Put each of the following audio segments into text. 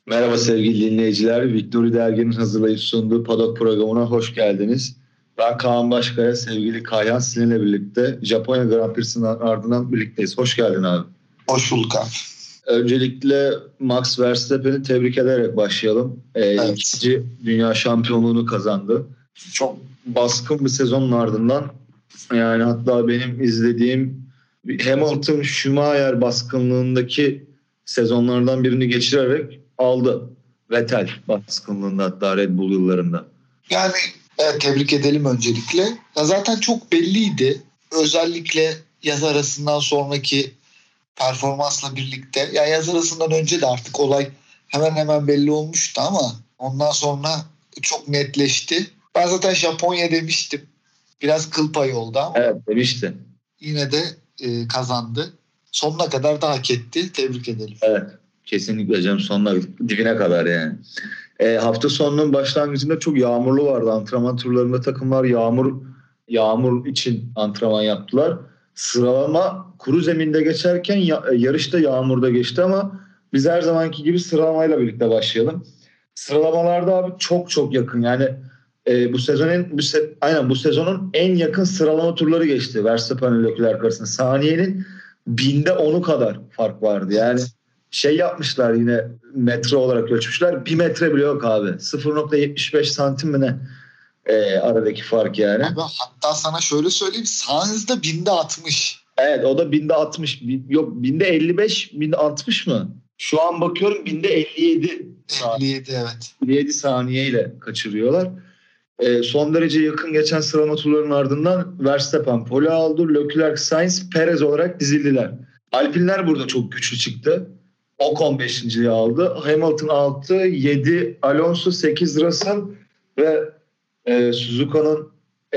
Merhaba sevgili dinleyiciler. Victory Dergi'nin hazırlayıp sunduğu Paddock programına hoş geldiniz. Ben Kaan Başkaya, sevgili Kayhan Sinir'le birlikte Japonya Grand Prix'sinin ardından birlikteyiz. Hoş geldin abi. Hoş bulduk abi. Öncelikle Max Verstappen'i tebrik ederek başlayalım. Evet. İkinci dünya şampiyonluğunu kazandı. Çok baskın bir sezonun ardından, yani hatta benim izlediğim Hamilton Schumacher baskınlığındaki sezonlardan birini geçirerek aldı. Vettel baskınlığında, hatta Red Bull yıllarında. Yani evet, tebrik edelim öncelikle. Ya zaten çok belliydi. Özellikle yaz arasından sonraki performansla birlikte. Ya yaz arasından önce de artık olay hemen hemen belli olmuştu ama ondan sonra çok netleşti. Ben zaten Japonya demiştim. Biraz kıl payı oldu ama Evet, demişti. yine de kazandı. Sonuna kadar da hak etti. Tebrik edelim. Evet, kesinlikle canım, sonuna dibine kadar yani. Hafta sonunun başlangıcında çok yağmurlu vardı. Antrenman turlarında takımlar yağmur için antrenman yaptılar. Sıralama kuru zeminde geçerken yarışta yağmurda geçti ama biz her zamanki gibi sıralamayla birlikte başlayalım. Sıralamalarda abi çok çok yakın. Yani bu sezonun en yakın sıralama turları geçti. Verstappen ile Leclerc arasında. Saniyenin 1000'de 10'u kadar fark vardı. Yani yapmışlar, yine metre olarak ölçmüşler. 1 metre bile yok abi. 0,75 santim mi ne aradaki fark yani. Abi hatta sana şöyle söyleyeyim. Sainz'da 1000'de 60. Evet, o da 1000'de 60. Yok, 1000'de 55, 1000'de 60 mı? Şu an bakıyorum 1000'de 57. 57 evet. 57 saniyeyle kaçırıyorlar. Son derece yakın geçen sıralama turlarının ardından Verstappen pole aldı. Leclerc, Sainz, Perez olarak dizildiler. Alpinler burada çok güçlü çıktı. Ocon 5.'yi aldı. Hamilton 6, 7 Alonso, 8 Russell ve Suzuka'nın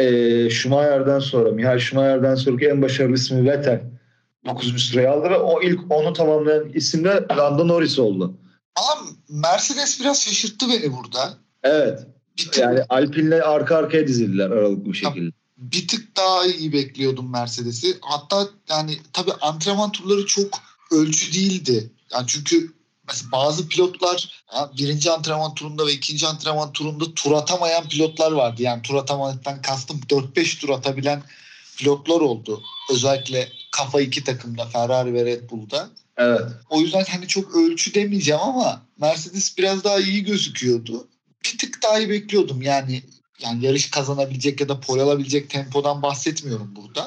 Michael Schumacher'den sonraki en başarılı ismi Vettel 9. sırayı aldı ve o ilk onu tamamlayan isim de Lando Norris oldu. Ama Mercedes biraz şaşırttı beni burada. Evet. Yani Alpine'le arka arkaya dizildiler aralıklı bir şekilde. Bir tık daha iyi bekliyordum Mercedes'i. Hatta yani tabii antrenman turları çok ölçü değildi. Yani çünkü mesela bazı pilotlar birinci antrenman turunda ve ikinci antrenman turunda tur atamayan pilotlar vardı. Yani tur atamamaktan kastım 4-5 tur atabilen pilotlar oldu. Özellikle kafa iki takımda, Ferrari ve Red Bull'da. Evet. O yüzden hani çok ölçü demeyeceğim ama Mercedes biraz daha iyi gözüküyordu. Bir tık daha iyi bekliyordum. Yani yarış kazanabilecek ya da pole alabilecek tempodan bahsetmiyorum burada.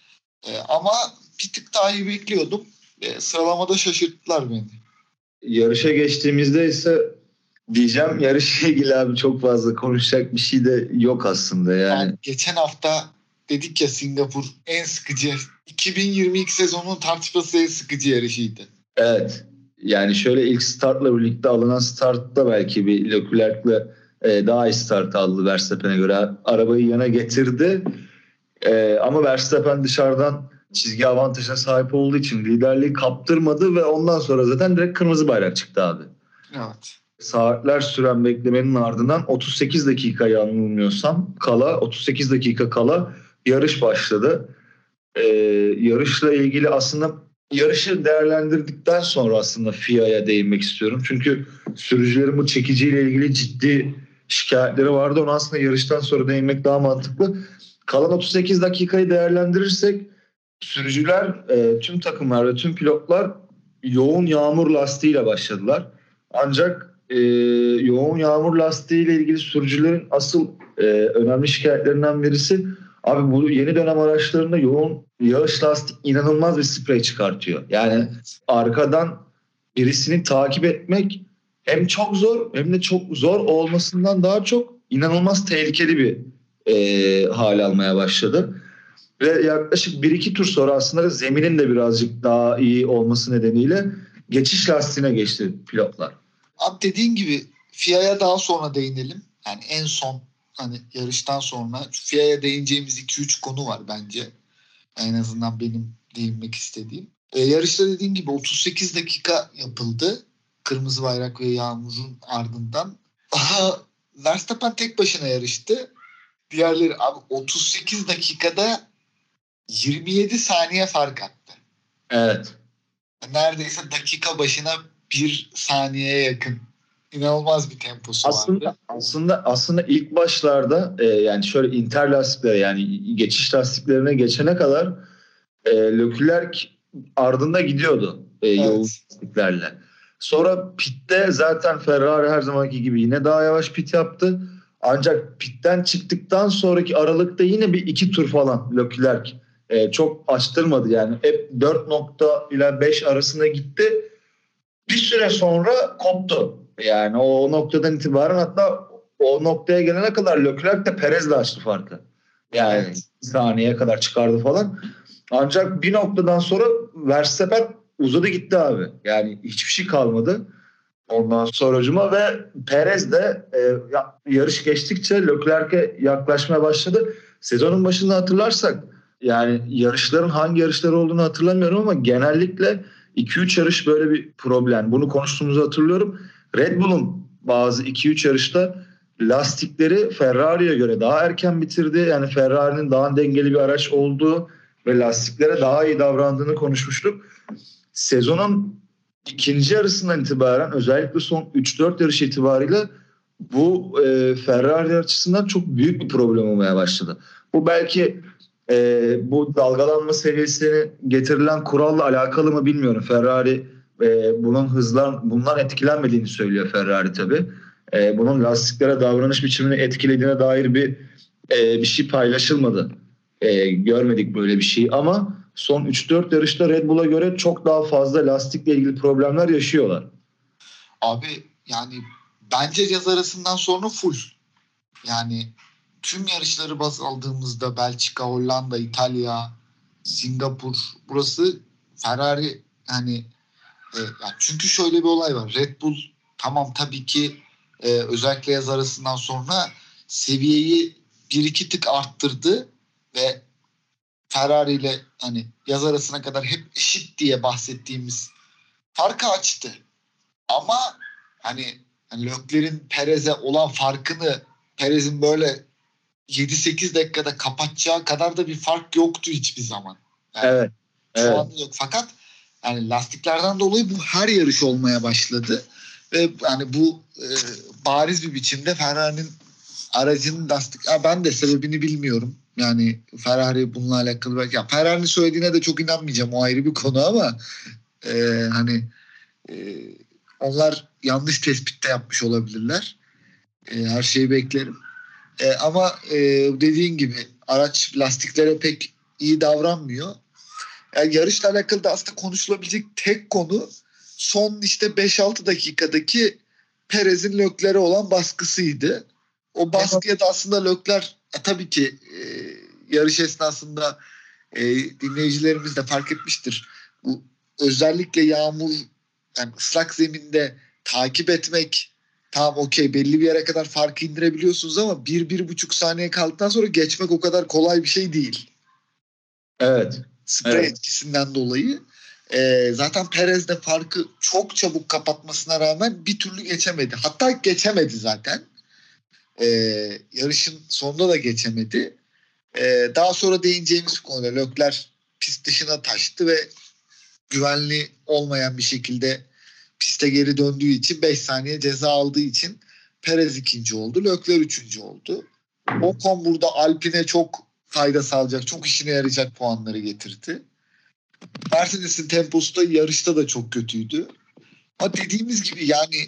Ama bir tık daha iyi bekliyordum. Sıralamada şaşırttılar beni. Yarışa geçtiğimizde ise diyeceğim, yarışla ilgili abi çok fazla konuşacak bir şey de yok aslında yani. Geçen hafta dedik ya, Singapur en sıkıcı. 2022 sezonunun tartışması en sıkıcı yarışıydı. Evet. Yani şöyle, ilk startla birlikte alınan startta belki bir Leclerc'le daha iyi start aldı Verstappen'e göre. Arabayı yana getirdi. Ama Verstappen dışarıdan çizgi avantajına sahip olduğu için liderliği kaptırmadı ve ondan sonra zaten direkt kırmızı bayrak çıktı abi. Evet. Saatler süren beklemenin ardından 38 dakika, yanılmıyorsam 38 dakika kala yarış başladı. Yarışla ilgili aslında yarışı değerlendirdikten sonra aslında FIA'ya değinmek istiyorum. Çünkü sürücülerin bu çekiciyle ilgili ciddi şikayetleri vardı. Onu aslında yarıştan sonra değinmek daha mantıklı. Kalan 38 dakikayı değerlendirirsek sürücüler, tüm takımlar ve tüm pilotlar yoğun yağmur lastiğiyle başladılar. Ancak yoğun yağmur lastiğiyle ilgili sürücülerin asıl önemli şikayetlerinden birisi, abi bu yeni dönem araçlarında yoğun yağış lastik inanılmaz bir sprey çıkartıyor. Yani arkadan birisini takip etmek hem çok zor hem de çok zor olmasından daha çok inanılmaz tehlikeli bir hal almaya başladı. Ve yaklaşık 1-2 tur sonra aslında zeminin de birazcık daha iyi olması nedeniyle geçiş lastiğine geçti pilotlar. Abi dediğin gibi FIA'ya daha sonra değinelim. Yani en son hani yarıştan sonra FIA'ya değineceğimiz 2-3 konu var bence. En azından benim değinmek istediğim. Yarışta dediğim gibi 38 dakika yapıldı. Kırmızı bayrak ve yağmurun ardından. Verstappen tek başına yarıştı. Diğerleri abi 38 dakikada 27 saniye fark attı. Evet. Neredeyse dakika başına 1 saniyeye yakın inanılmaz bir temposu vardı. Aslında ilk başlarda yani şöyle inter lastiklere, yani geçiş lastiklerine geçene kadar Leclerc ardında gidiyordu yoğun Evet. lastiklerle. Sonra pitte zaten Ferrari her zamanki gibi yine daha yavaş pit yaptı. Ancak pitten çıktıktan sonraki aralıkta yine bir 2 tur falan Leclerc çok açtırmadı. Yani hep 4 nokta ile 5 arasında gitti. Bir süre sonra koptu. Yani o noktadan itibaren, hatta o noktaya gelene kadar Leclerc de Perez'le açtı farkı. Yani Evet. saniyeye kadar çıkardı falan. Ancak bir noktadan sonra Verstappen uzadı gitti abi. Yani hiçbir şey kalmadı. Ondan sonracıma ve Perez de yarış geçtikçe Leclerc'e yaklaşmaya başladı. Sezonun başında hatırlarsak, yani yarışların hangi yarışları olduğunu hatırlamıyorum ama genellikle 2-3 yarış böyle bir problem. Bunu konuştuğumuzu hatırlıyorum. Red Bull'un bazı 2-3 yarışta lastikleri Ferrari'ye göre daha erken bitirdi. Yani Ferrari'nin daha dengeli bir araç olduğu ve lastiklere daha iyi davrandığını konuşmuştuk. Sezonun ikinci yarısından itibaren, özellikle son 3-4 yarış itibariyle bu Ferrari açısından çok büyük bir problem olmaya başladı. Bu belki bu dalgalanma seviyesini getirilen kuralla alakalı mı bilmiyorum. Ferrari bundan etkilenmediğini söylüyor Ferrari tabii. Bunun lastiklere davranış biçimini etkilediğine dair bir şey paylaşılmadı. Görmedik böyle bir şey ama son 3-4 yarışta Red Bull'a göre çok daha fazla lastikle ilgili problemler yaşıyorlar. Abi yani bence yaz arasından sonra full. Yani tüm yarışları baz aldığımızda Belçika, Hollanda, İtalya, Singapur, burası Ferrari yani yani çünkü şöyle bir olay var. Red Bull tamam tabii ki özellikle yaz arasından sonra seviyeyi bir iki tık arttırdı ve Ferrari ile hani yaz arasına kadar hep eşit diye bahsettiğimiz farkı açtı. Ama hani Leclerc'in Perez'e olan farkını, Perez'in böyle 7-8 dakikada kapatacağı kadar da bir fark yoktu hiçbir zaman. Yani Evet. şu Evet. anda yok. Fakat yani lastiklerden dolayı bu her yarış olmaya başladı. Ve yani bu bariz bir biçimde Ferrari'nin aracının lastik... ben de sebebini bilmiyorum. Yani Ferrari bununla alakalı belki... Ya Ferrari'nin söylediğine de çok inanmayacağım. O ayrı bir konu ama hani onlar yanlış tespitte yapmış olabilirler. Her şeyi beklerim. Ama dediğin gibi araç lastiklere pek iyi davranmıyor. Yani yarışla alakalı da aslında konuşulabilecek tek konu son işte 5-6 dakikadaki Perez'in Leclerc'e olan baskısıydı. O baskıya da aslında Leclerc tabii ki yarış esnasında dinleyicilerimiz de fark etmiştir. Bu özellikle yağmur, yani ıslak zeminde takip etmek, tamam okey, belli bir yere kadar farkı indirebiliyorsunuz ama 1-1,5 saniye kaldıktan sonra geçmek o kadar kolay bir şey değil. Evet. Sprey Evet. etkisinden dolayı. Zaten Perez de farkı çok çabuk kapatmasına rağmen bir türlü geçemedi. Hatta geçemedi zaten. Yarışın sonunda da geçemedi. Daha sonra değineceğimiz konuda Leclerc pist dışına taştı ve güvenli olmayan bir şekilde piste geri döndüğü için 5 saniye ceza aldığı için Perez ikinci oldu. Leclerc üçüncü oldu. Ocon burada Alpine çok fayda sağlayacak, çok işine yarayacak puanları getirdi. Mercedes'in temposu da yarışta da çok kötüydü. Ama dediğimiz gibi yani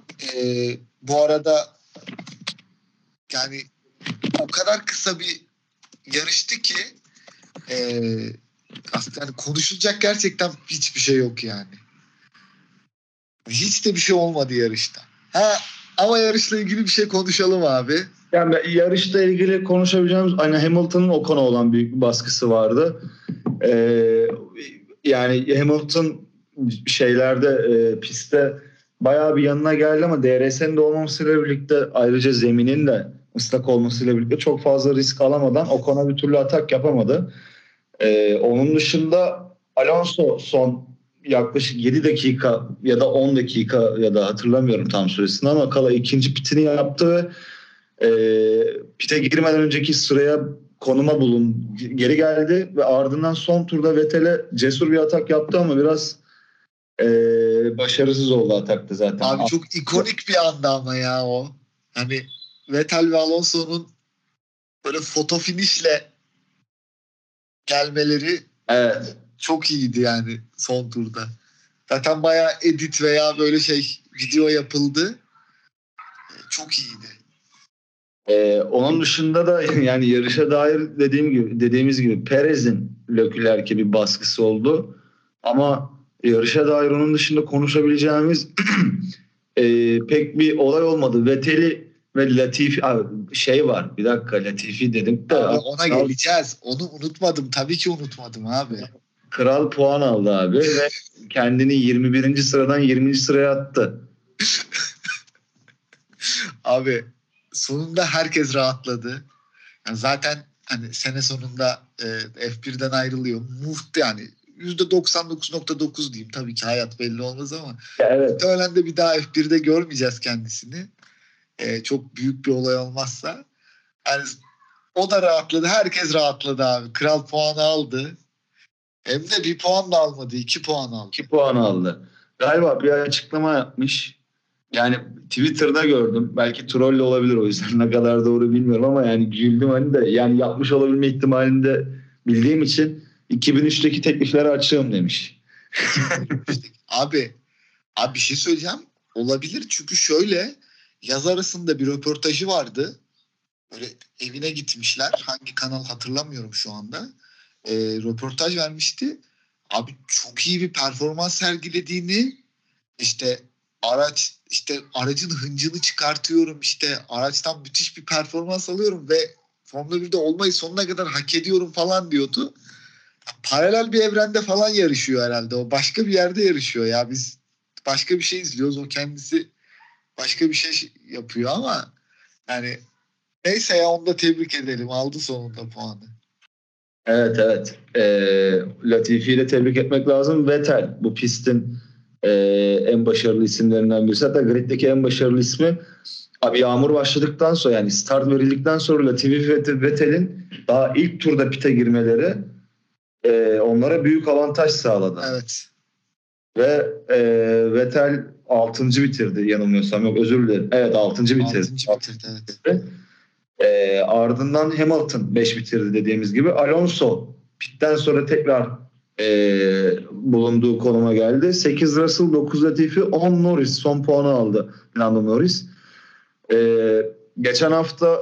bu arada yani o kadar kısa bir yarıştı ki aslında yani konuşulacak gerçekten hiçbir şey yok yani. Hiç de bir şey olmadı yarışta. Ama yarışla ilgili bir şey konuşalım abi. Yani yarışla ilgili konuşabileceğimiz, hani Hamilton'ın Ocon'a olan büyük bir baskısı vardı. Yani Hamilton pistte bayağı bir yanına geldi ama DRS'nin de olmamasıyla birlikte, ayrıca zeminin de ıslak olmasıyla birlikte çok fazla risk alamadan Ocon'a bir türlü atak yapamadı. Onun dışında Alonso son yaklaşık 7 dakika ya da 10 dakika, ya da hatırlamıyorum tam süresini, ama kala ikinci pitini yaptı ve pite girmeden önceki sıraya geri geldi ve ardından son turda Vettel'e cesur bir atak yaptı ama biraz başarısız oldu atakta zaten. Abi çok ikonik bir anda ama ya o. Hani Vettel ve Alonso'nun böyle foto finişle gelmeleri Evet. çok iyiydi yani son turda. Zaten bayağı edit veya böyle video yapıldı. Çok iyiydi. Onun dışında da yani yarışa dair dediğimiz gibi Perez'in Leclerc'e bir baskısı oldu. Ama yarışa dair onun dışında konuşabileceğimiz pek bir olay olmadı. Vettel'i ve Latifi var. Bir dakika Latifi dedim de. Abi ona geleceğiz. Onu unutmadım. Tabii ki unutmadım abi. Kral puan aldı abi ve kendini 21. sıradan 20. sıraya attı. Abi sonunda herkes rahatladı. Yani zaten hani sene sonunda F1'den ayrılıyor. Yani %99.9 diyeyim. Tabii ki hayat belli olmaz ama Evet. muhtemelen de bir daha F1'de görmeyeceğiz kendisini. Çok büyük bir olay olmazsa. Yani o da rahatladı. Herkes rahatladı abi. Kral puanı aldı. Hem de bir puan da almadı. 2 puan aldı. 2 puan aldı. Galiba bir açıklama yapmış. Yani Twitter'da gördüm. Belki troll olabilir, o yüzden ne kadar doğru bilmiyorum ama yani güldüm hani de, yani yapmış olabilme ihtimalini de bildiğim için 2003'teki tekliflere açığım demiş. Abi bir şey söyleyeceğim. Olabilir çünkü şöyle yaz arasında bir röportajı vardı. Böyle evine gitmişler. Hangi kanal hatırlamıyorum şu anda. Röportaj vermişti. Abi çok iyi bir performans sergilediğini, işte aracın hıncını çıkartıyorum, işte araçtan müthiş bir performans alıyorum ve Formula 1'de olmayı sonuna kadar hak ediyorum falan diyordu. Paralel bir evrende falan yarışıyor herhalde. O başka bir yerde yarışıyor ya. Biz başka bir şey izliyoruz. O kendisi başka bir şey yapıyor ama yani neyse ya, onu da tebrik edelim. Aldı sonunda puanı. Evet evet. Latifi'yi de tebrik etmek lazım. Vettel bu pistin en başarılı isimlerinden birisi. Hatta griddeki en başarılı ismi. Abi yağmur başladıktan sonra, yani start verildikten sonra Latifi ve Vettel'in daha ilk turda pite girmeleri onlara büyük avantaj sağladı. Evet. Ve Vettel 6. bitirdi yanılmıyorsam. Yok, özür dilerim. Evet, 6. bitirdi. 6. bitirdi, evet. Ardından Hamilton 5 bitirdi dediğimiz gibi. Alonso pitten sonra tekrar bulunduğu konuma geldi. 8 Russell, 9 Latifi, 10 Norris son puanı aldı. Lando Norris. Geçen hafta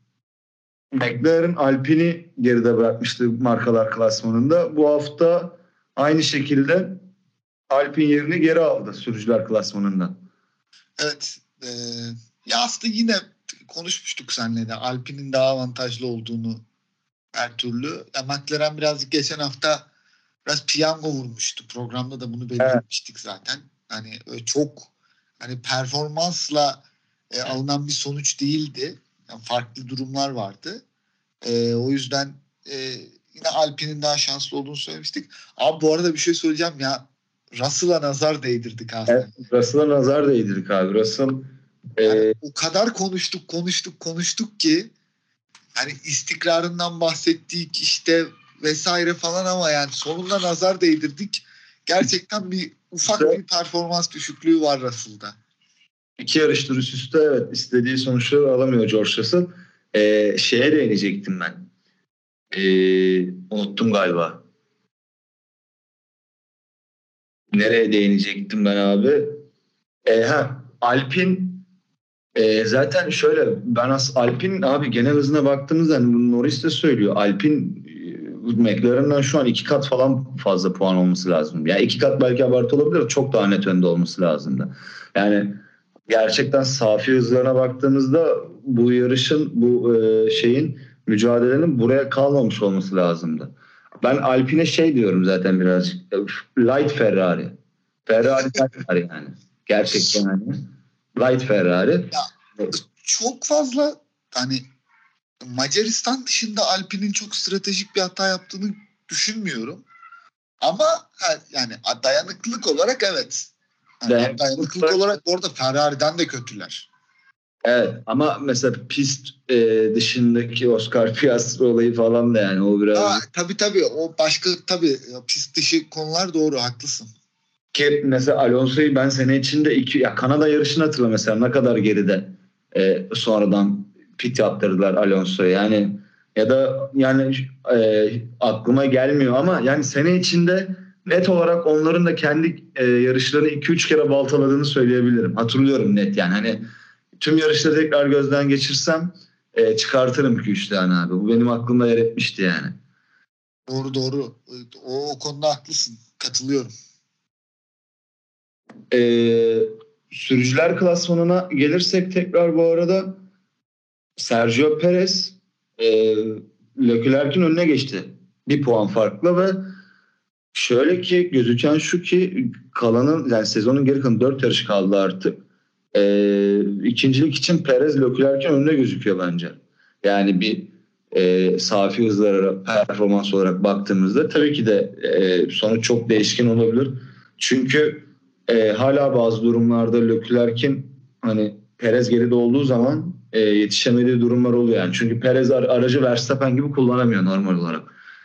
McLaren Alpine'i geride bırakmıştı markalar klasmanında. Bu hafta aynı şekilde Alpine yerini geri aldı sürücüler klasmanından. Evet. Ya aslında yine konuşmuştuk seninle de Alpine'in daha avantajlı olduğunu her türlü. Ya McLaren birazcık geçen hafta biraz piyango vurmuştu. Programda da bunu belirtmiştik zaten. Hani çok hani performansla alınan bir sonuç değildi. Yani farklı durumlar vardı. O yüzden yine Alpine'in daha şanslı olduğunu söylemiştik. Abi bu arada bir şey söyleyeceğim ya. Russell'a nazar değdirdik aslında. Evet, Russell'a nazar değdirdik abi. Russell yani o kadar konuştuk ki hani istikrarından bahsettik işte vesaire falan ama yani sonunda nazar değdirdik. Gerçekten ufak bir performans düşüklüğü var Russell'da. 2 yarıştır üst üste evet istediği sonuçları alamıyor George Russell. Şeye değinecektim ben. Unuttum galiba. Nereye değinecektim ben abi? Alpine zaten şöyle, ben Alpine abi genel hızına baktığımızda hani Norris de söylüyor. Alpine McLaren'dan şu an 2 kat falan fazla puan olması lazım. Yani 2 kat belki abartı olabilir, çok daha net önde olması lazımdı. Yani gerçekten safi hızlarına baktığımızda bu yarışın, bu mücadelenin buraya kalmamış olması lazımdı. Ben Alpine diyorum zaten birazcık. Light Ferrari. Ferrari yani. Gerçekten yani. Light Ferrari. Ya, çok fazla hani Macaristan dışında Alpine'in çok stratejik bir hata yaptığını düşünmüyorum. Ama yani dayanıklılık olarak evet. Yani dayanıklılık olarak bu arada Ferrari'den de kötüler. Evet ama mesela pist dışındaki Oscar Piastri olayı falan da yani o biraz... Tabii o başka tabii pist dışı konular, doğru, haklısın. Ki mesela Alonso'yu ben sene içinde Kanada yarışını hatırla mesela, ne kadar geride sonradan pit yaptırdılar Alonso'ya. Yani ya da yani aklıma gelmiyor ama yani sene içinde net olarak onların da kendi yarışlarını 2-3 kere baltaladığını söyleyebilirim. Hatırlıyorum net yani. Hani tüm yarışları tekrar gözden geçirsem çıkartırım 2-3 tane abi. Bu benim aklımda yer etmişti yani. Doğru doğru. O konuda haklısın. Katılıyorum. Sürücüler klasmanına gelirsek tekrar bu arada Sergio Perez Leclerc'in önüne geçti. Bir puan farklı ve şöyle ki gözüken şu ki kalanın yani sezonun geri kalan 4 yarış kaldı artık. İkincilik için Perez Leclerc'in önünde gözüküyor bence. Yani bir safi hızlara performans olarak baktığımızda tabii ki de sonuç çok değişken olabilir. Çünkü hala bazı durumlarda Leclerc'in hani Perez geride olduğu zaman yetişemediği durumlar oluyor yani. Çünkü Perez aracı Verstappen gibi kullanamıyor normal olarak.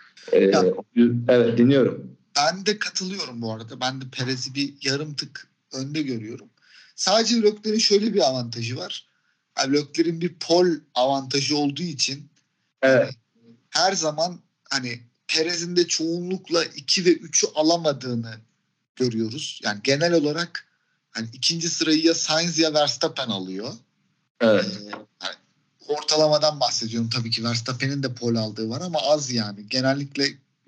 Evet, dinliyorum. Ben de katılıyorum bu arada. Ben de Perez'i bir yarım tık önde görüyorum. Sadece Leclerc'in şöyle bir avantajı var. Yani Leclerc'in bir pol avantajı olduğu için Evet. her zaman hani Perez'in de çoğunlukla 2 ve 3'ü alamadığını görüyoruz. Yani genel olarak hani ikinci sırayı ya Sainz ya Verstappen alıyor. Evet. Yani ortalamadan bahsediyorum. Tabii ki Verstappen'in de pol aldığı var ama az yani. Genellikle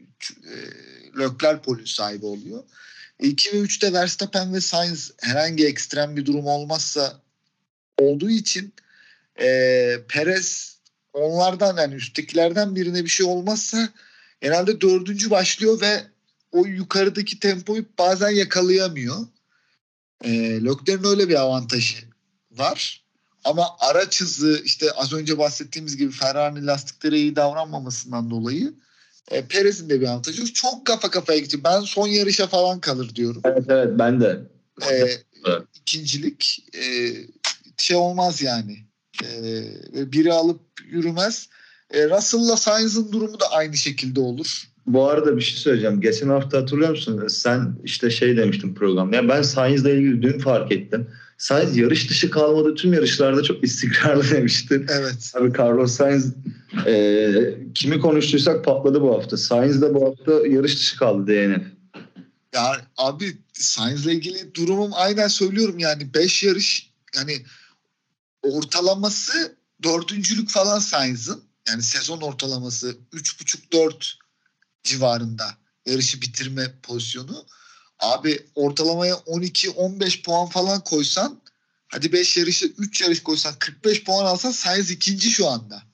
Leclerc polün sahibi oluyor. 2 ve 3'te Verstappen ve Sainz herhangi ekstrem bir durum olmazsa olduğu için Perez onlardan yani üsttekilerden birine bir şey olmazsa genelde dördüncü başlıyor ve o yukarıdaki tempoyu bazen yakalayamıyor. Leclerc'in öyle bir avantajı var. Ama araç hızı işte az önce bahsettiğimiz gibi Ferrari lastiklere iyi davranmamasından dolayı Perez'in de bir avantajı. Çok kafa kafaya gidiyor. Ben son yarışa falan kalır diyorum. Evet, ben de. İkincilik şey olmaz yani. Biri alıp yürümez. Russell'la Sainz'ın durumu da aynı şekilde olur. Bu arada bir şey söyleyeceğim. Geçen hafta hatırlıyor musun? Sen işte şey demiştin programda. Yani ben Sainz'la ilgili dün fark ettim. Sainz yarış dışı kalmadı. Tüm yarışlarda çok istikrarlı demiştin. Evet. Abi Carlos Sainz kimi konuştuysak patladı bu hafta. Sainz de bu hafta yarış dışı kaldı DNF. Ya abi Sainz'la ilgili durumum aynen söylüyorum yani 5 yarış yani ortalaması dördüncülük falan Sainz'ın. Yani sezon ortalaması 3,5-4 civarında yarışı bitirme pozisyonu. Abi ortalamaya 12-15 puan falan koysan hadi 5 yarışı 3 yarış koysan 45 puan alsan Sainz ikinci şu anda.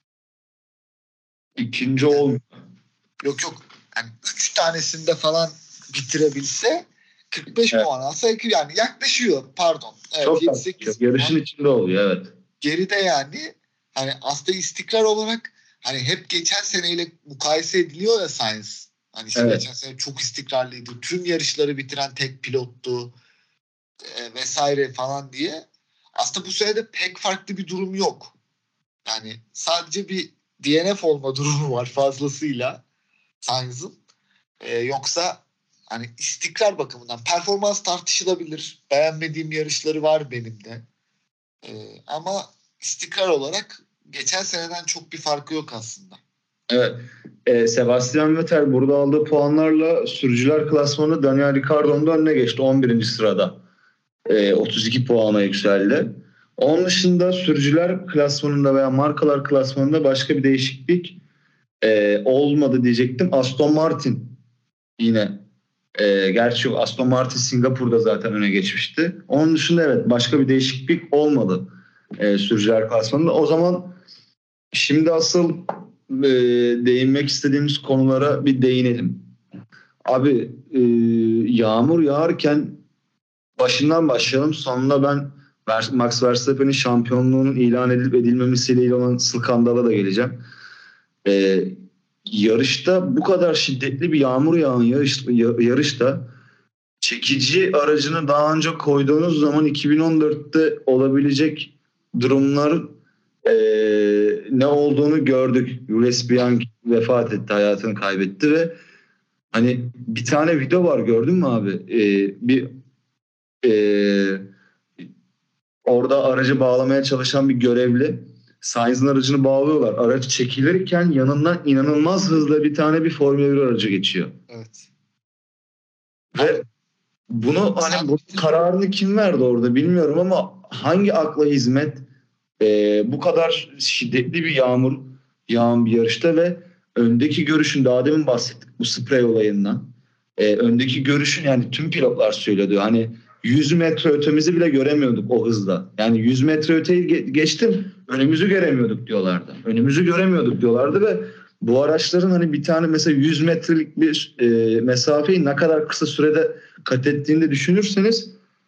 İkinci ol. Yok. Yani 3 tanesinde falan bitirebilse 45 Evet. puan alsa yani yaklaşıyor pardon. Evet, Çok 7-8 yarışın puan. içinde oluyor, evet. Geride yani hani aslında istikrar olarak hani hep geçen seneyle mukayese ediliyor ya Sainz. Hani işte Evet. geçen sene çok istikrarlıydı. Tüm yarışları bitiren tek pilottu vesaire falan diye. Aslında bu sene de pek farklı bir durum yok. Yani sadece bir DNF olma durumu var fazlasıyla Sainz'ın. Yoksa hani istikrar bakımından performans tartışılabilir. Beğenmediğim yarışları var benim de. Ama istikrar olarak geçen seneden çok bir farkı yok aslında. Evet. Sebastian Vettel burada aldığı puanlarla sürücüler klasmanı Daniel Ricciardo'nun da önüne geçti. 11. sırada. 32 puana yükseldi. Onun dışında sürücüler klasmanında veya markalar klasmanında başka bir değişiklik olmadı diyecektim. Aston Martin yine gerçi yok. Aston Martin Singapur'da zaten öne geçmişti. Onun dışında evet başka bir değişiklik olmadı sürücüler klasmanında. O zaman şimdi asıl değinmek istediğimiz konulara bir değinelim. Abi yağmur yağarken başından başlayalım. Sonunda ben Max Verstappen'in şampiyonluğunun ilan edilip edilmemesiyle olan skandala da geleceğim. Yarışta bu kadar şiddetli bir yağmur yağan yarışta çekici aracını daha önce koyduğunuz zaman 2014'te olabilecek durumlar ne olduğunu gördük. Jules Bianchi vefat etti, hayatını kaybetti ve Hani bir tane video var, gördün mü abi? Ee, Orada aracı bağlamaya çalışan bir görevli, Sainz'in aracını bağlıyorlar. Araç çekilirken yanından inanılmaz hızlı bir Formula 1 aracı geçiyor. Evet. Ve bunu, hani bu kararını kim verdi orada bilmiyorum ama hangi akla hizmet bu kadar şiddetli bir yağmur yağan bir yarışta ve öndeki görüşün, daha demin bahsettik bu sprey olayından. Öndeki görüşün, yani tüm pilotlar söylüyordu. Hani 100 metre ötemizi bile göremiyorduk o hızla. Yani 100 metre öteyi geçtim, önümüzü göremiyorduk diyorlardı. Önümüzü göremiyorduk diyorlardı ve bu araçların hani bir tane mesela 100 metrelik bir mesafeyi ne kadar kısa sürede kat ettiğini de düşünürseniz,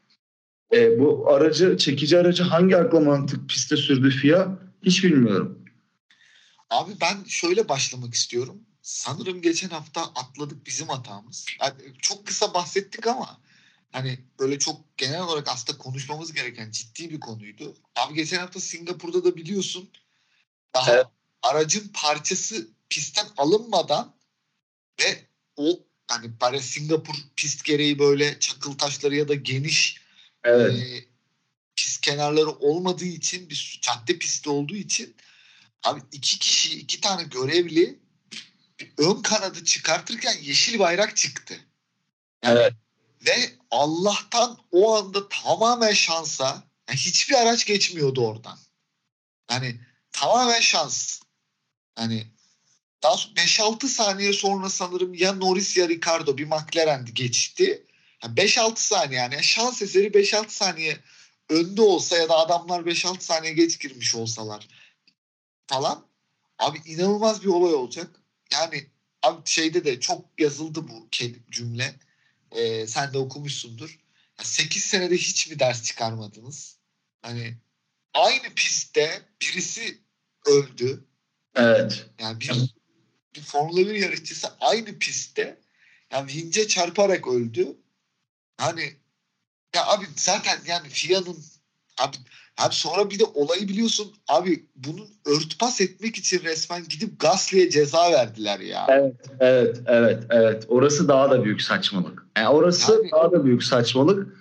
bu çekici aracı hangi akla mantık piste sürdü FIA hiç bilmiyorum. Abi ben şöyle başlamak istiyorum. Sanırım geçen hafta atladık, bizim hatamız. Yani çok kısa bahsettik ama hani böyle çok genel olarak aslında konuşmamız gereken ciddi bir konuydu. Abi geçen hafta Singapur'da da biliyorsun, daha Evet. aracın parçası pistten alınmadan ve o hani böyle Singapur pist gereği böyle çakıl taşları ya da geniş Evet. pist kenarları olmadığı için, bir cadde pisti olduğu için abi iki tane görevli ön kanadı çıkartırken yeşil bayrak çıktı. Yani Evet. ve Allah'tan o anda tamamen şansa, yani hiçbir araç geçmiyordu oradan. Yani tamamen şans. Yani daha 5-6 saniye sonra sanırım ya Norris ya Ricardo, bir McLaren'di, geçti. Yani 5-6 saniye, yani şans eseri 5-6 saniye önde olsa ya da adamlar 5-6 saniye geç girmiş olsalar falan, abi inanılmaz bir olay olacak. Yani abi şeyde de çok yazıldı bu cümle. Sen de okumuşsundur. Ya 8 senede hiç mi ders çıkarmadınız? Hani aynı pistte birisi öldü. Evet. Yani bir Formula 1 yarışçısı aynı pistte yani vince çarparak öldü. Hani ya abi zaten yani FIA'nın abi, abi sonra bir de olayı biliyorsun abi, bunun örtbas etmek için resmen gidip Gasly'e ceza verdiler ya. Evet, evet, evet, evet. Orası daha da büyük saçmalık. Yani orası Yani daha da büyük saçmalık.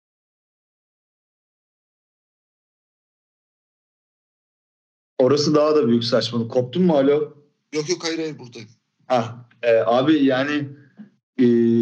Orası daha da büyük saçmalık. Koptun mu alo? yok yok, hayır hayır, buradayım. Abi yani e,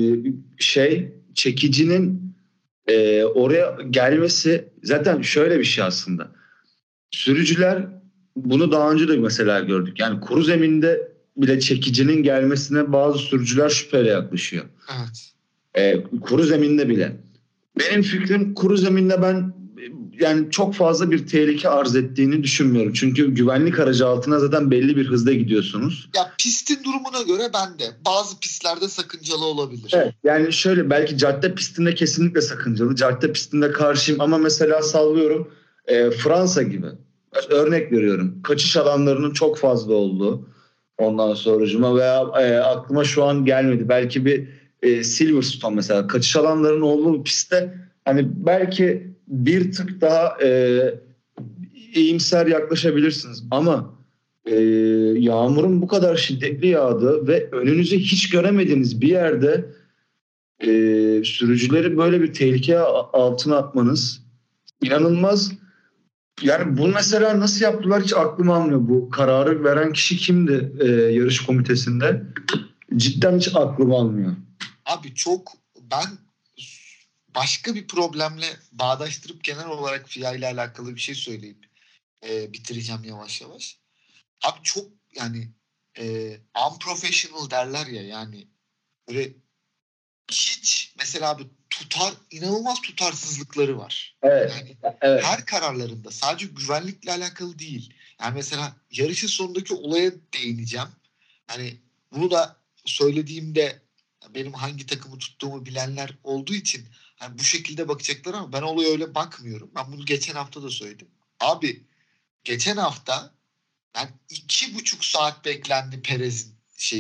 çekicinin oraya gelmesi zaten şöyle bir şey aslında. Sürücüler bunu daha önce de mesela gördük. Yani kuru zeminde bile çekicinin gelmesine bazı sürücüler şüpheyle yaklaşıyor. Evet. Kuru zeminde bile. Benim fikrim, kuru zeminde ben yani çok fazla bir tehlike arz ettiğini düşünmüyorum. Çünkü güvenlik aracı altına zaten belli bir hızda gidiyorsunuz. Ya pistin durumuna göre ben de bazı pistlerde sakıncalı olabilir. Evet, yani şöyle, belki cadde pistinde kesinlikle sakıncalı. Cadde pistinde karşıyım ama mesela sallıyorum, Fransa gibi. Örnek veriyorum. Kaçış alanlarının çok fazla olduğu, ondan sonracıma veya aklıma şu an gelmedi. Belki bir Silverstone mesela, kaçış alanlarının olduğu bir pistte hani belki bir tık daha iyimser yaklaşabilirsiniz. Ama e, yağmurun bu kadar şiddetli yağdığı ve önünüzü hiç göremediğiniz bir yerde e, sürücüleri böyle bir tehlike altına atmanız inanılmaz. Yani bu mesela nasıl yaptılar hiç aklım almıyor. Bu kararı veren kişi kimdi yarış komitesinde? Cidden hiç aklım almıyor. Abi çok, ben başka bir problemle bağdaştırıp genel olarak FIA ile alakalı bir şey söyleyip bitireceğim yavaş yavaş. Abi çok yani unprofessional derler ya, yani böyle hiç mesela abi inanılmaz tutarsızlıkları var. Evet, Yani evet, her kararlarında, sadece güvenlikle alakalı değil. Yani mesela yarışın sonundaki olaya değineceğim. Hani bunu da söylediğimde benim hangi takımı tuttuğumu bilenler olduğu için hani bu şekilde bakacaklar ama ben olaya öyle bakmıyorum. Ben bunu geçen hafta da söyledim. Abi geçen hafta yani 2,5 saat beklendi Perez'in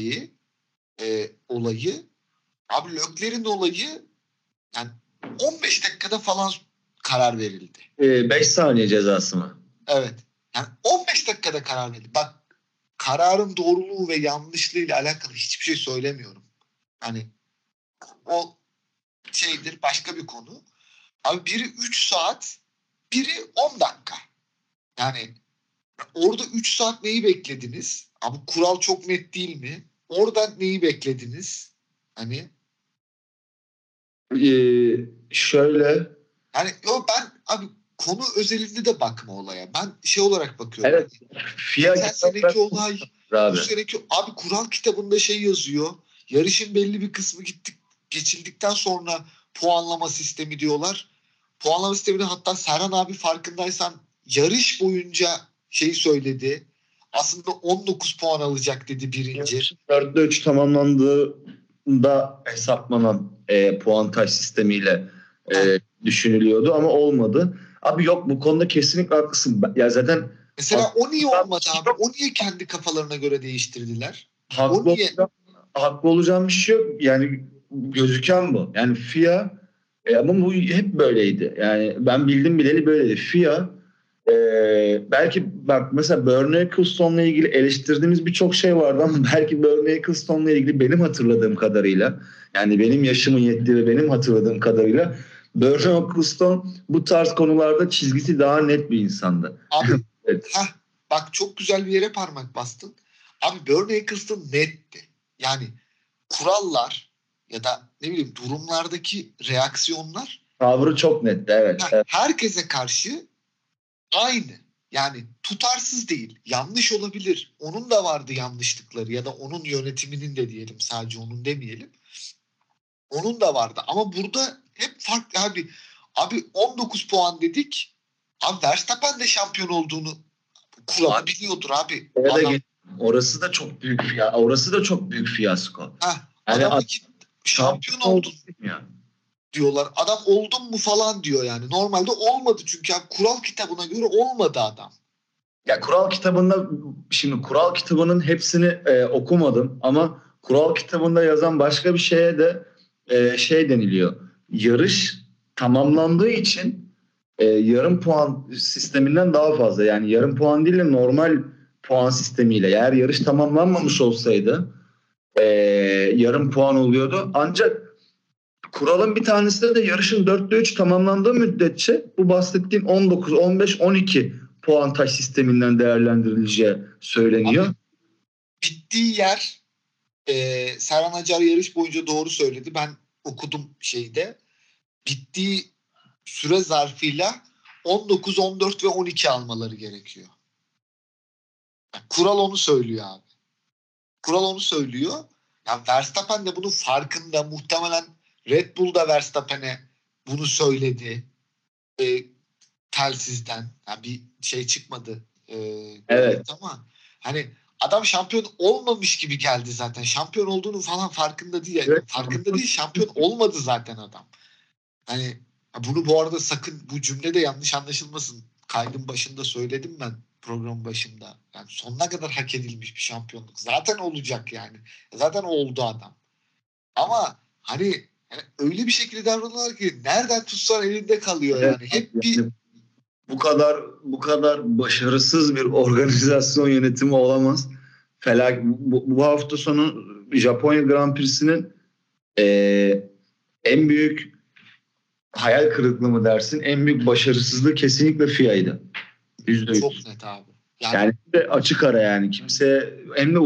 olayı. Abi Leclerc'in olayı yani 15 dakikada falan karar verildi. 5 saniye cezası mı? Evet. Yani 15 dakikada karar verildi. Bak, kararın doğruluğu ve yanlışlığıyla alakalı hiçbir şey söylemiyorum. Hani o şeydir, başka bir konu. Abi biri 3 saat, biri 10 dakika. Yani orada 3 saat neyi beklediniz? Abi kural çok net değil mi? Oradan neyi beklediniz? Hani Şöyle. yani ben abi konu özelinde de bakma olaya. Ben şey olarak bakıyorum. Evet. Hani FIA geçen seneki olay, abi. bu seneki abi kural kitabında şey yazıyor. Yarışın belli bir kısmı geçildikten sonra puanlama sistemi diyorlar. Puanlama sistemini hatta Serhan abi farkındaysan yarış boyunca şey söyledi. Aslında 19 puan alacak dedi birinci. 4'te 3 tamamlandığında hesaplanan puantaj sistemiyle düşünülüyordu ama olmadı. Abi yok, bu konuda kesinlikle haklısın. Ya zaten Mesela o niye olmadı abi? O niye kendi kafalarına göre değiştirdiler? O niye? haklı olacağım bir şey yok. Yani gözüken bu. Yani FIA ama bu hep böyleydi. Yani ben bildim bileli böyleydi. FIA belki bak mesela Bernie Ecclestone'la ilgili eleştirdiğimiz birçok şey vardı ama belki Bernie Ecclestone'la ilgili benim hatırladığım kadarıyla, yani benim yaşımın yettiği ve benim hatırladığım kadarıyla Bernie Ecclestone bu tarz konularda çizgisi daha net bir insandı. Abi Evet. bak çok güzel bir yere parmak bastın. Abi Bernie Ecclestone netti. Yani kurallar ya da ne bileyim durumlardaki reaksiyonlar Tavrı çok netti, evet. herkese karşı aynı. Yani tutarsız değil. Yanlış olabilir. Onun da vardı yanlışlıkları ya da onun yönetiminin de diyelim, sadece onun demeyelim. Onun da vardı ama burada hep farklı abi. Abi 19 puan dedik. Abi Verstappen de şampiyon olduğunu kuralı biliyordur abi. Orası da çok büyük orası da çok büyük fiyasko. Yani Adamı git şampiyon oldun diyorlar. Adam oldun mu falan diyor yani. Normalde olmadı çünkü kural kitabına göre olmadı adam. Ya kural kitabında, şimdi kural kitabının hepsini okumadım ama kural kitabında yazan başka bir şeye de şey deniliyor. Yarış tamamlandığı için yarım puan sisteminden daha fazla, yani yarım puan değil de normal puan sistemiyle, eğer yarış tamamlanmamış olsaydı yarım puan oluyordu. Ancak kuralın bir tanesinde de yarışın 4'te 3 tamamlandığı müddetçe bu bahsettiğim 19, 15, 12 puantaj sisteminden değerlendirileceği söyleniyor. Abi, bittiği yer Serhan Acar yarış boyunca doğru söyledi. Ben okudum şeyde. Bittiği süre zarfıyla 19, 14 ve 12 almaları gerekiyor. Kural onu söylüyor abi. Kural onu söylüyor. Yani Verstappen de bunun farkında. Muhtemelen Red Bull da Verstappen'e bunu söyledi. Telsizden. Yani bir şey çıkmadı. Evet. Ama hani adam şampiyon olmamış gibi geldi zaten. Şampiyon olduğunu falan farkında değil. Evet. Farkında değil. Şampiyon olmadı zaten adam. Hani bunu bu arada sakın bu cümle de yanlış anlaşılmasın. Kaydın başında söyledim ben, programın başında. Yani sonuna kadar hak edilmiş bir şampiyonluk. Zaten olacak yani. Zaten oldu adam. Ama hani yani öyle bir şekilde davranıyorlar ki nereden tutsan elinde kalıyor yani. Evet. Hep bir bu kadar başarısız bir organizasyon yönetimi olamaz. Bu hafta sonu Japonya Grand Prix'sinin en büyük hayal kırıklığı mı dersin, en büyük başarısızlığı kesinlikle FIA'ydı. %100. çok net abi. Yani de açık ara, yani kimse, hem de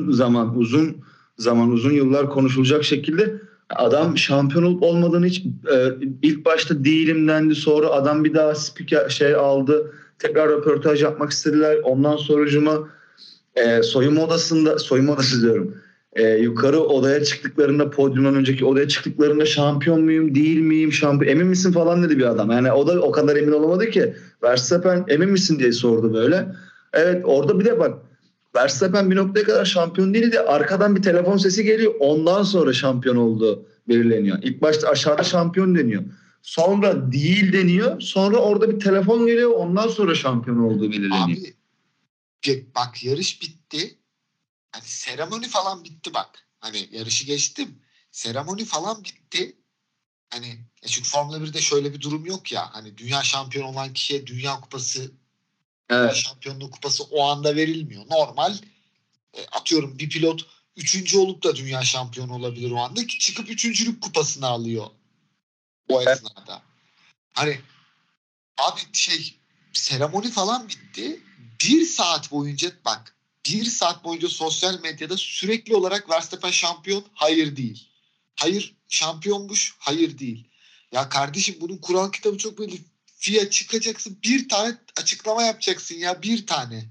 uzun yıllar konuşulacak şekilde adam şampiyon olup olmadığını hiç ilk başta değilim dendi, sonra adam bir daha spiker aldı, tekrar röportaj yapmak istediler, ondan sonracıma soyunma odası diyorum. Yukarı odaya çıktıklarında, podyumdan önceki odaya çıktıklarında şampiyon muyum değil miyim, emin misin falan dedi bir adam. Yani o da o kadar emin olamadı ki. Verstappen emin misin diye sordu böyle. Evet, orada bir de bak, Verstappen bir noktaya kadar şampiyon değildi. Arkadan bir telefon sesi geliyor. Ondan sonra şampiyon olduğu belirleniyor. İlk başta aşağıda şampiyon deniyor. Sonra değil deniyor. Sonra orada bir telefon geliyor. Ondan sonra şampiyon olduğu belirleniyor. Abi bak yarış bitti. Hani seremoni falan bitti bak. Hani yarışı geçtim. Seremoni falan bitti. Hani çünkü Formula 1'de şöyle bir durum yok ya. Hani dünya şampiyonu olan kişiye dünya kupası, dünya şampiyonluğu kupası o anda verilmiyor. Normal atıyorum bir pilot üçüncü olup da dünya şampiyonu olabilir o anda ki çıkıp üçüncülük kupasını alıyor o esnada. Hani abi seremoni falan bitti. 1 saat boyunca bak 1 saat boyunca sosyal medyada sürekli olarak Verstappen şampiyon, hayır değil. Hayır şampiyonmuş, hayır değil. Ya kardeşim bunun kural kitabı çok belli. FIA çıkacaksın, bir tane açıklama yapacaksın ya, bir tane.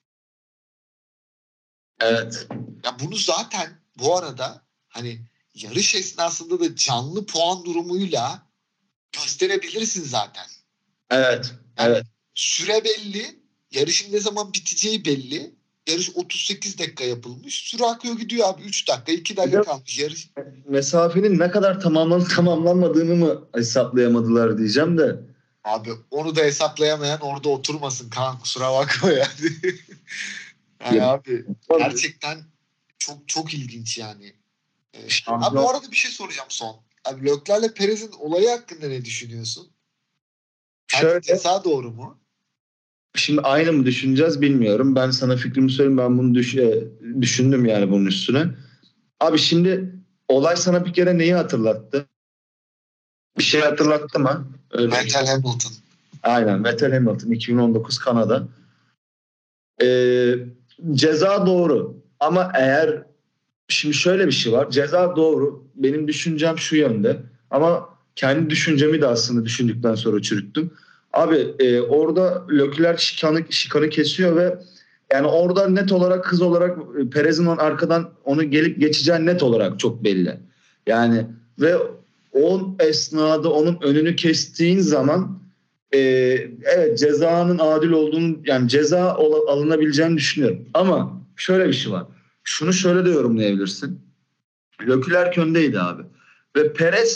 Evet. Ya bunu zaten bu arada hani yarış esnasında da canlı puan durumuyla gösterebilirsin zaten. Evet. Yani Evet. süre belli, yarışın ne zaman biteceği belli. Yarış 38 dakika yapılmış. Süre akıyor gidiyor abi. 3 dakika, 2 dakika kalmış yarış. Mesafenin ne kadar tamamlanmadığını mı hesaplayamadılar diyeceğim de. Abi onu da hesaplayamayan orada oturmasın Kaan, kusura bakma yani. Yani abi gerçekten çok çok ilginç yani. Abi bu arada bir şey soracağım son. Abi Leclerc'le Perez'in olayı hakkında ne düşünüyorsun? Şöyle, Ceza doğru mu? şimdi aynı mı düşüneceğiz bilmiyorum. Ben sana fikrimi söyleyeyim. Ben bunu düşündüm yani bunun üstüne. Abi şimdi olay sana bir kere neyi hatırlattı? Bir şey hatırlattı mı? Öyle. Vettel Hamilton. Aynen. Vettel Hamilton 2019 Kanada. Ee, Ceza doğru. Ama eğer şimdi şöyle bir şey var. Ceza doğru. Benim düşüncem şu yönde. Ama kendi düşüncemi de aslında düşündükten sonra çürüttüm. Abi orada Leclerc şikanı kesiyor ve yani orada net olarak hız olarak Perez'in arkadan onu gelip geçeceği net olarak çok belli. Yani ve o esnada onun önünü kestiğin zaman e, evet cezanın adil olduğunu, yani ceza alınabileceğini düşünüyorum. Ama şöyle bir şey var. Şunu şöyle de yorumlayabilirsin. Leclerc öndeydi abi. Ve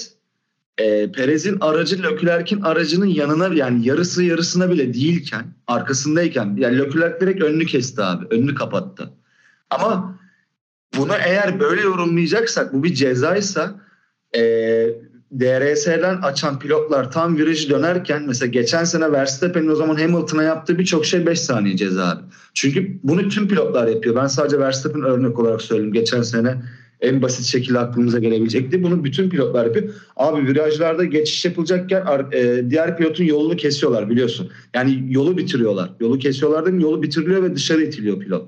Perez'in aracı Leclerc'in aracının yanına, yani yarısına bile değilken, arkasındayken, yani Leclerc direkt önünü kesti abi. Önünü kapattı. Ama bunu eğer böyle yorumlayacaksak, bu bir cezaysa, e, DRS'den açan pilotlar tam virajı dönerken, mesela geçen sene Verstappen'in o zaman Hamilton'a yaptığı birçok şey 5 saniye ceza abi. Çünkü bunu tüm pilotlar yapıyor. Ben sadece Verstappen örnek olarak söyleyeyim. Geçen sene en basit şekilde aklımıza gelebilecekti. Bunu bütün pilotlar yapıyor. Abi virajlarda geçiş yapılacakken diğer pilotun yolunu kesiyorlar, biliyorsun. Yani yolu bitiriyorlar. Yolu kesiyorlar değil mi? Yolu bitiriliyor ve dışarı itiliyor pilot.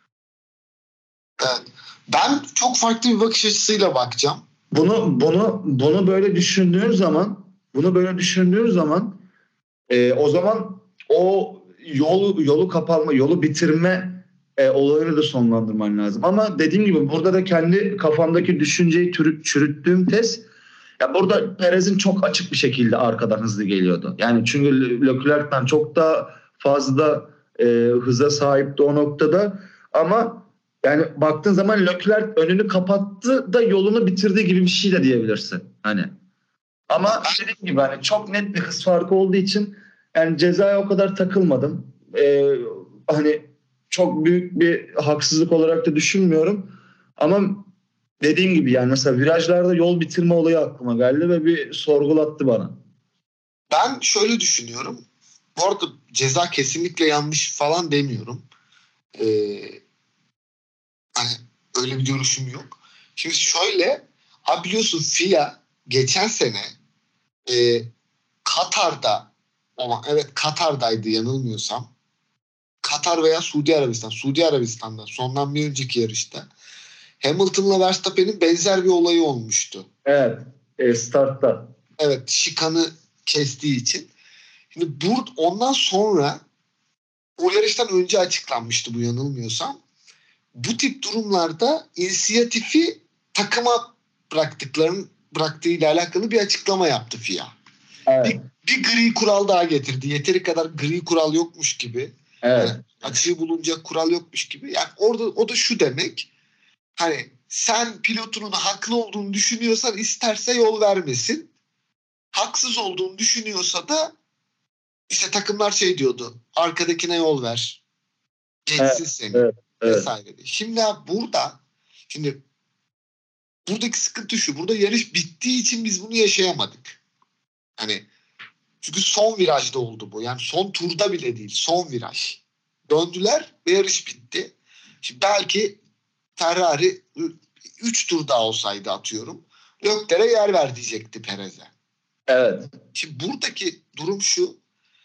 Evet. Ben çok farklı bir bakış açısıyla bakacağım. Bunu böyle düşündüğün zaman o zaman o yolu kapanma, yolu bitirme olayını da sonlandırman lazım. Ama dediğim gibi burada da kendi kafamdaki düşünceyi çürüttüğüm tez, ya burada Perez'in çok açık bir şekilde arkadan hızlı geliyordu. Yani çünkü Leclerc'ten çok daha fazla hıza sahipti o noktada. Ama yani baktığın zaman Leclerc önünü kapattı da yolunu bitirdi gibi bir şey de diyebilirsin. Hani. Ama dediğim gibi hani çok net bir hız farkı olduğu için yani cezaya o kadar takılmadım. Hani çok büyük bir haksızlık olarak da düşünmüyorum. Ama dediğim gibi yani mesela virajlarda yol bitirme olayı aklıma geldi ve bir sorgulattı bana. Ben şöyle düşünüyorum. Bu arada ceza kesinlikle yanlış falan demiyorum. Hani öyle bir görüşüm yok. Şimdi şöyle, abi biliyorsun FIA geçen sene Katar'da, ama evet Katar'daydı yanılmıyorsam. Katar veya Suudi Arabistan. Suudi Arabistan'da sondan bir önceki yarışta Hamilton'la Verstappen'in benzer bir olayı olmuştu. Evet. Startta. Evet, şikanı kestiği için. Şimdi ondan sonra o yarıştan önce açıklanmıştı bu yanılmıyorsam. Bu tip durumlarda inisiyatifi takıma bıraktığıyla alakalı bir açıklama yaptı FIA. Evet. Bir gri kural daha getirdi. Yeteri kadar gri kural yokmuş gibi. Evet. Yani açığı bulunacak kural yokmuş gibi. Yani orada o da şu demek. Hani sen pilotunun haklı olduğunu düşünüyorsan isterse yol vermesin. Haksız olduğunu düşünüyorsa da işte takımlar şey diyordu. Arkadakine yol ver. Evet. Geçsin seni. Evet. Evet. Vesaire. Şimdi şimdi buradaki sıkıntı şu. Burada yarış bittiği için biz bunu yaşayamadık. Hani çünkü son virajda oldu bu. Yani son turda bile değil. Son viraj. Döndüler ve yarış bitti. Şimdi belki Ferrari 3 tur daha olsaydı atıyorum, Leclerc'e yer ver diyecekti Perez'e. Evet. Şimdi buradaki durum şu.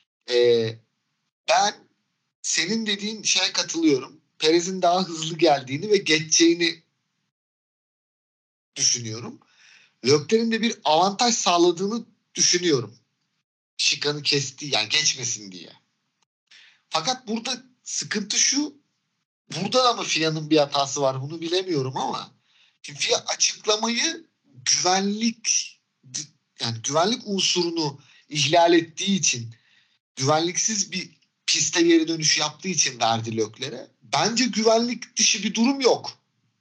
Ben senin dediğin şeye katılıyorum. Perez'in daha hızlı geldiğini ve geçeceğini düşünüyorum. Leclerc'in de bir avantaj sağladığını düşünüyorum. Şikanı kesti, yani geçmesin diye. Fakat burada sıkıntı şu. Burada da mı FIA'nın bir hatası var bunu bilemiyorum ama şimdi FIA açıklamayı güvenlik unsurunu ihlal ettiği için, güvenliksiz bir piste geri dönüş yaptığı için verdi Leclerc'e. Bence güvenlik dışı bir durum yok.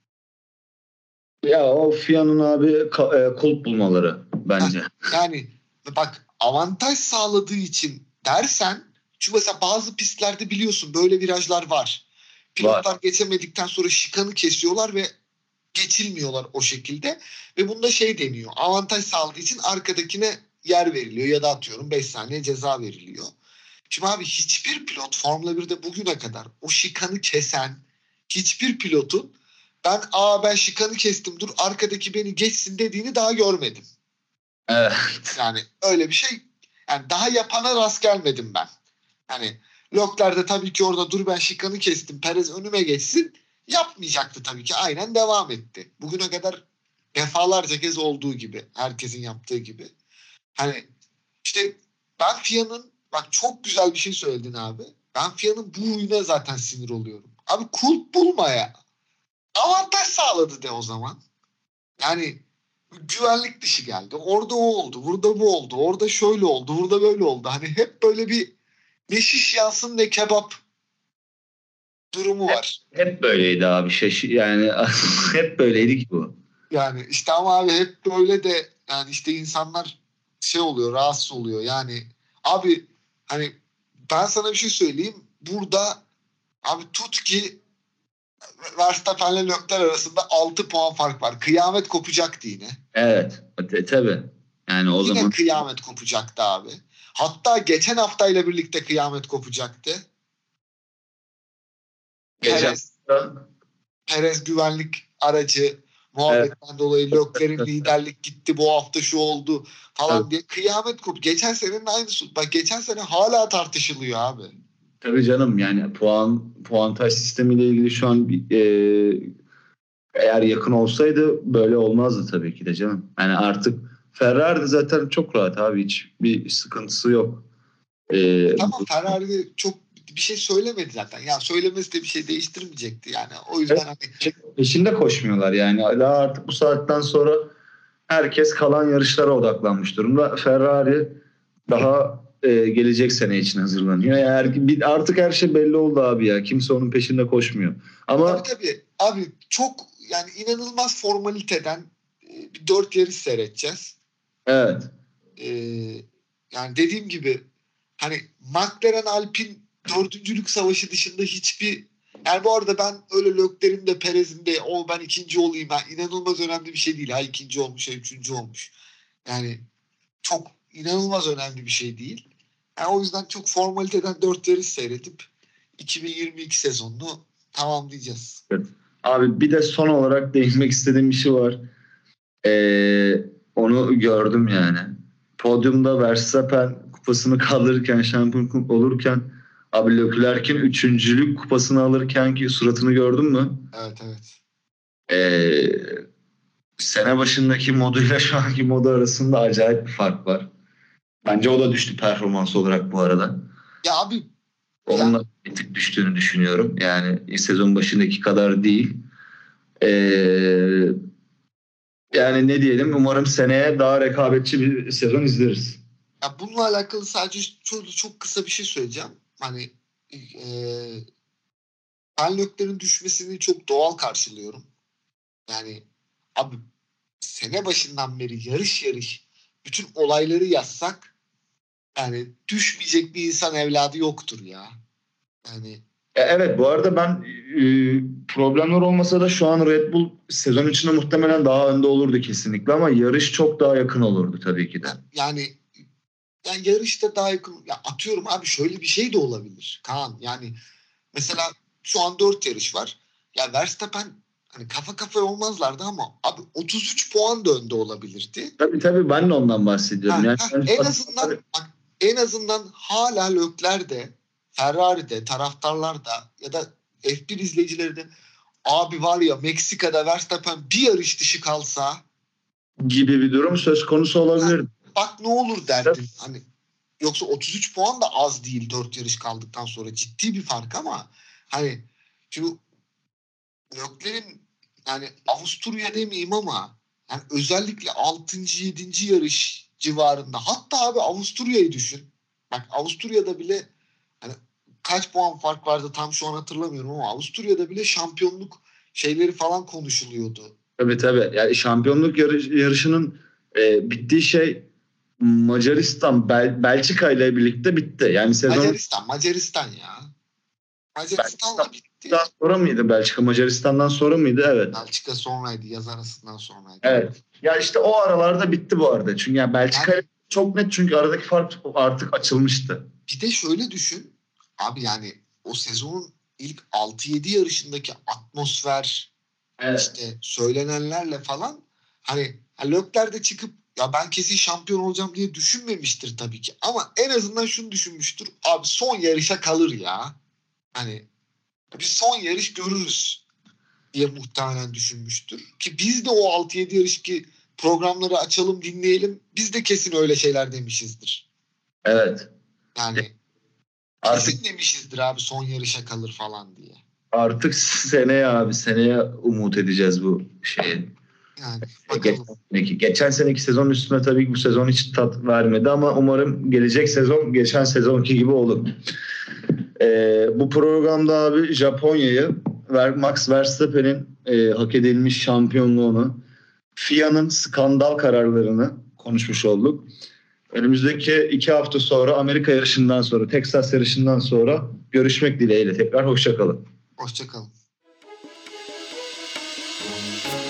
Ya o FIA'nın abi kulp bulmaları bence. Yani bak, avantaj sağladığı için dersen, çünkü mesela bazı pistlerde biliyorsun böyle virajlar var. Pilotlar geçemedikten sonra şikanı kesiyorlar ve geçilmiyorlar o şekilde. Ve bunda şey deniyor. Avantaj sağladığı için arkadakine yer veriliyor ya da atıyorum 5 saniye ceza veriliyor. Şimdi abi hiçbir pilot Formula 1'de bugüne kadar o şikanı kesen hiçbir pilotun ben şikanı kestim, dur arkadaki beni geçsin dediğini daha görmedim. Evet. Yani öyle bir şey, yani daha yapana rast gelmedim ben. Hani Leclerc'de tabii ki orada dur ben şikanı kestim, Perez önüme geçsin yapmayacaktı tabii ki. Aynen devam etti. Bugüne kadar defalarca kez olduğu gibi. Herkesin yaptığı gibi. Hani işte ben FIA'nın, bak çok güzel bir şey söyledin abi. Ben FIA'nın bu huyuna zaten sinir oluyorum. Abi kulp bulmaya avantaj sağladı de o zaman. Yani güvenlik dışı geldi. Orada o oldu. Burada bu oldu. Orada şöyle oldu. Burada böyle oldu. Hani hep böyle bir ne şiş yansın ne kebap durumu var. Hep böyleydi abi. Yani hep böyleydi ki bu. Yani işte ama abi hep böyle de yani işte insanlar şey oluyor, rahatsız oluyor. Yani abi hani ben sana bir şey söyleyeyim. Burada abi tut ki Verstappen'le Leclerc arasında 6 puan fark var. Kıyamet kopacaktı yine. Evet. Tabii. Yani o Yine zaman kıyamet kopacaktı abi. Hatta geçen haftayla birlikte kıyamet kopacaktı. geçen Perez güvenlik aracı evet, muhabbetten dolayı Leclerc'in liderlik gitti, bu hafta şu oldu tabii, falan diye kıyamet koptu. Geçen senenin aynısı. Bak geçen sene hala tartışılıyor abi. tabii canım, yani puantaj sistemiyle ilgili şu an eğer yakın olsaydı böyle olmazdı tabii ki de canım. Yani artık Ferrari de zaten çok rahat abi, hiç bir sıkıntısı yok. Tamam, Ferrari çok bir şey söylemedi zaten. Ya söylemesi de bir şey değiştirmeyecekti yani. O yüzden Evet, hani peşinde koşmuyorlar yani. Daha artık bu saatten sonra herkes kalan yarışlara odaklanmış durumda. Ferrari daha gelecek sene için hazırlanıyor. Yani artık her şey belli oldu abi ya. Kimse onun peşinde koşmuyor. tabii Ama tabii abi çok yani inanılmaz formaliteden bir 4 yarış seyredeceğiz. evet. E, Yani dediğim gibi hani McLaren Alpine dördüncülük savaşı dışında hiçbir, yani bu arada ben öyle Leclerc'in de Perez'in de ben ikinci olayım, ben inanılmaz önemli bir şey değil. Ha ikinci olmuş ha üçüncü olmuş. Yani çok inanılmaz önemli bir şey değil. Yani o yüzden çok formaliteden 4 yarış seyredip 2022 sezonunu tamamlayacağız. Evet. Abi bir de son olarak değinmek istediğim bir şey var. Onu gördüm yani. Podyumda Verstappen kupasını kaldırırken, şampiyon olurken, abi Leclerc'in üçüncülük kupasını alırken ki suratını gördün mü? Evet evet. Ee, Sene başındaki moduyla şu anki modu arasında acayip bir fark var. Bence o da düştü performans olarak bu arada. Ya abi Onun yani da bir tık düştüğünü düşünüyorum. Yani sezon başındaki kadar değil. Ee, Yani ne diyelim, umarım seneye daha rekabetçi bir sezon izleriz. ya bununla alakalı sadece çok kısa bir şey söyleyeceğim. Hani ben Leclerc'in düşmesini çok doğal karşılıyorum. Yani abi sene başından beri yarış yarış bütün olayları yazsak yani düşmeyecek bir insan evladı yoktur ya. Yani Evet, bu arada ben problemler olmasa da şu an Red Bull sezon içinde muhtemelen daha önde olurdu kesinlikle, ama yarış çok daha yakın olurdu tabii ki de. yani yarışta daha yakın, ya atıyorum abi şöyle bir şey de olabilir Kaan. Yani mesela şu an 4 yarış var. Ya Verstappen hani kafa kafaya olmazlardı ama abi 33 puan da önde olabilirdi. Tabii ben de ondan bahsediyorum. Yani en azından hala Leclerc'de, Ferrari'de, taraftarlarda ya da F1 izleyicileri de abi var ya Meksika'da Verstappen bir yarış dışı kalsa gibi bir durum söz konusu olabilir. Bak ne olur derdin. Hani yoksa 33 puan da az değil 4 yarış kaldıktan sonra ciddi bir fark ama hani şimdi Leclerc'in yani Avusturya demeyeyim ama yani özellikle 6. 7. yarış civarında hatta abi Avusturya'yı düşün. Bak Avusturya'da bile hani kaç puan fark vardı tam şu an hatırlamıyorum ama Avusturya'da bile şampiyonluk şeyleri falan konuşuluyordu. Tabii. Yani şampiyonluk yarışının bittiği şey Macaristan, Belçika ile birlikte bitti. Yani sezon Macaristan ya. Macaristan'la bitti. Sonra mıydı Belçika? Macaristan'dan sonra mıydı? Evet. Belçika sonraydı. Yaz arasından sonraydı. Evet. Ya işte o aralarda bitti bu arada. Çünkü yani Belçika çok net çünkü aradaki fark artık açılmıştı. Bir de şöyle düşün. Abi yani o sezonun ilk 6-7 yarışındaki atmosfer işte söylenenlerle falan hani Leclerc de çıkıp ya ben kesin şampiyon olacağım diye düşünmemiştir tabii ki. Ama en azından şunu düşünmüştür. Abi son yarışa kalır ya. Hani bir son yarış görürüz diye muhtemelen düşünmüştür. Ki biz de o 6-7 yarış ki programları açalım dinleyelim. Biz de kesin öyle şeyler demişizdir. Evet. Yani kesin demişizdir abi son yarışa kalır falan diye. Artık seneye umut edeceğiz bu şeye. Yani bakalım. Geçen seneki sezon üstüne tabii ki bu sezon hiç tat vermedi ama umarım gelecek sezon geçen sezonki gibi olur. Bu programda abi Japonya'yı Max Verstappen'in hak edilmiş şampiyonluğunu, FIA'nın skandal kararlarını konuşmuş olduk. Önümüzdeki 2 hafta sonra Amerika yarışından sonra, Texas yarışından sonra görüşmek dileğiyle. Tekrar hoşça kalın. Hoşça kalın.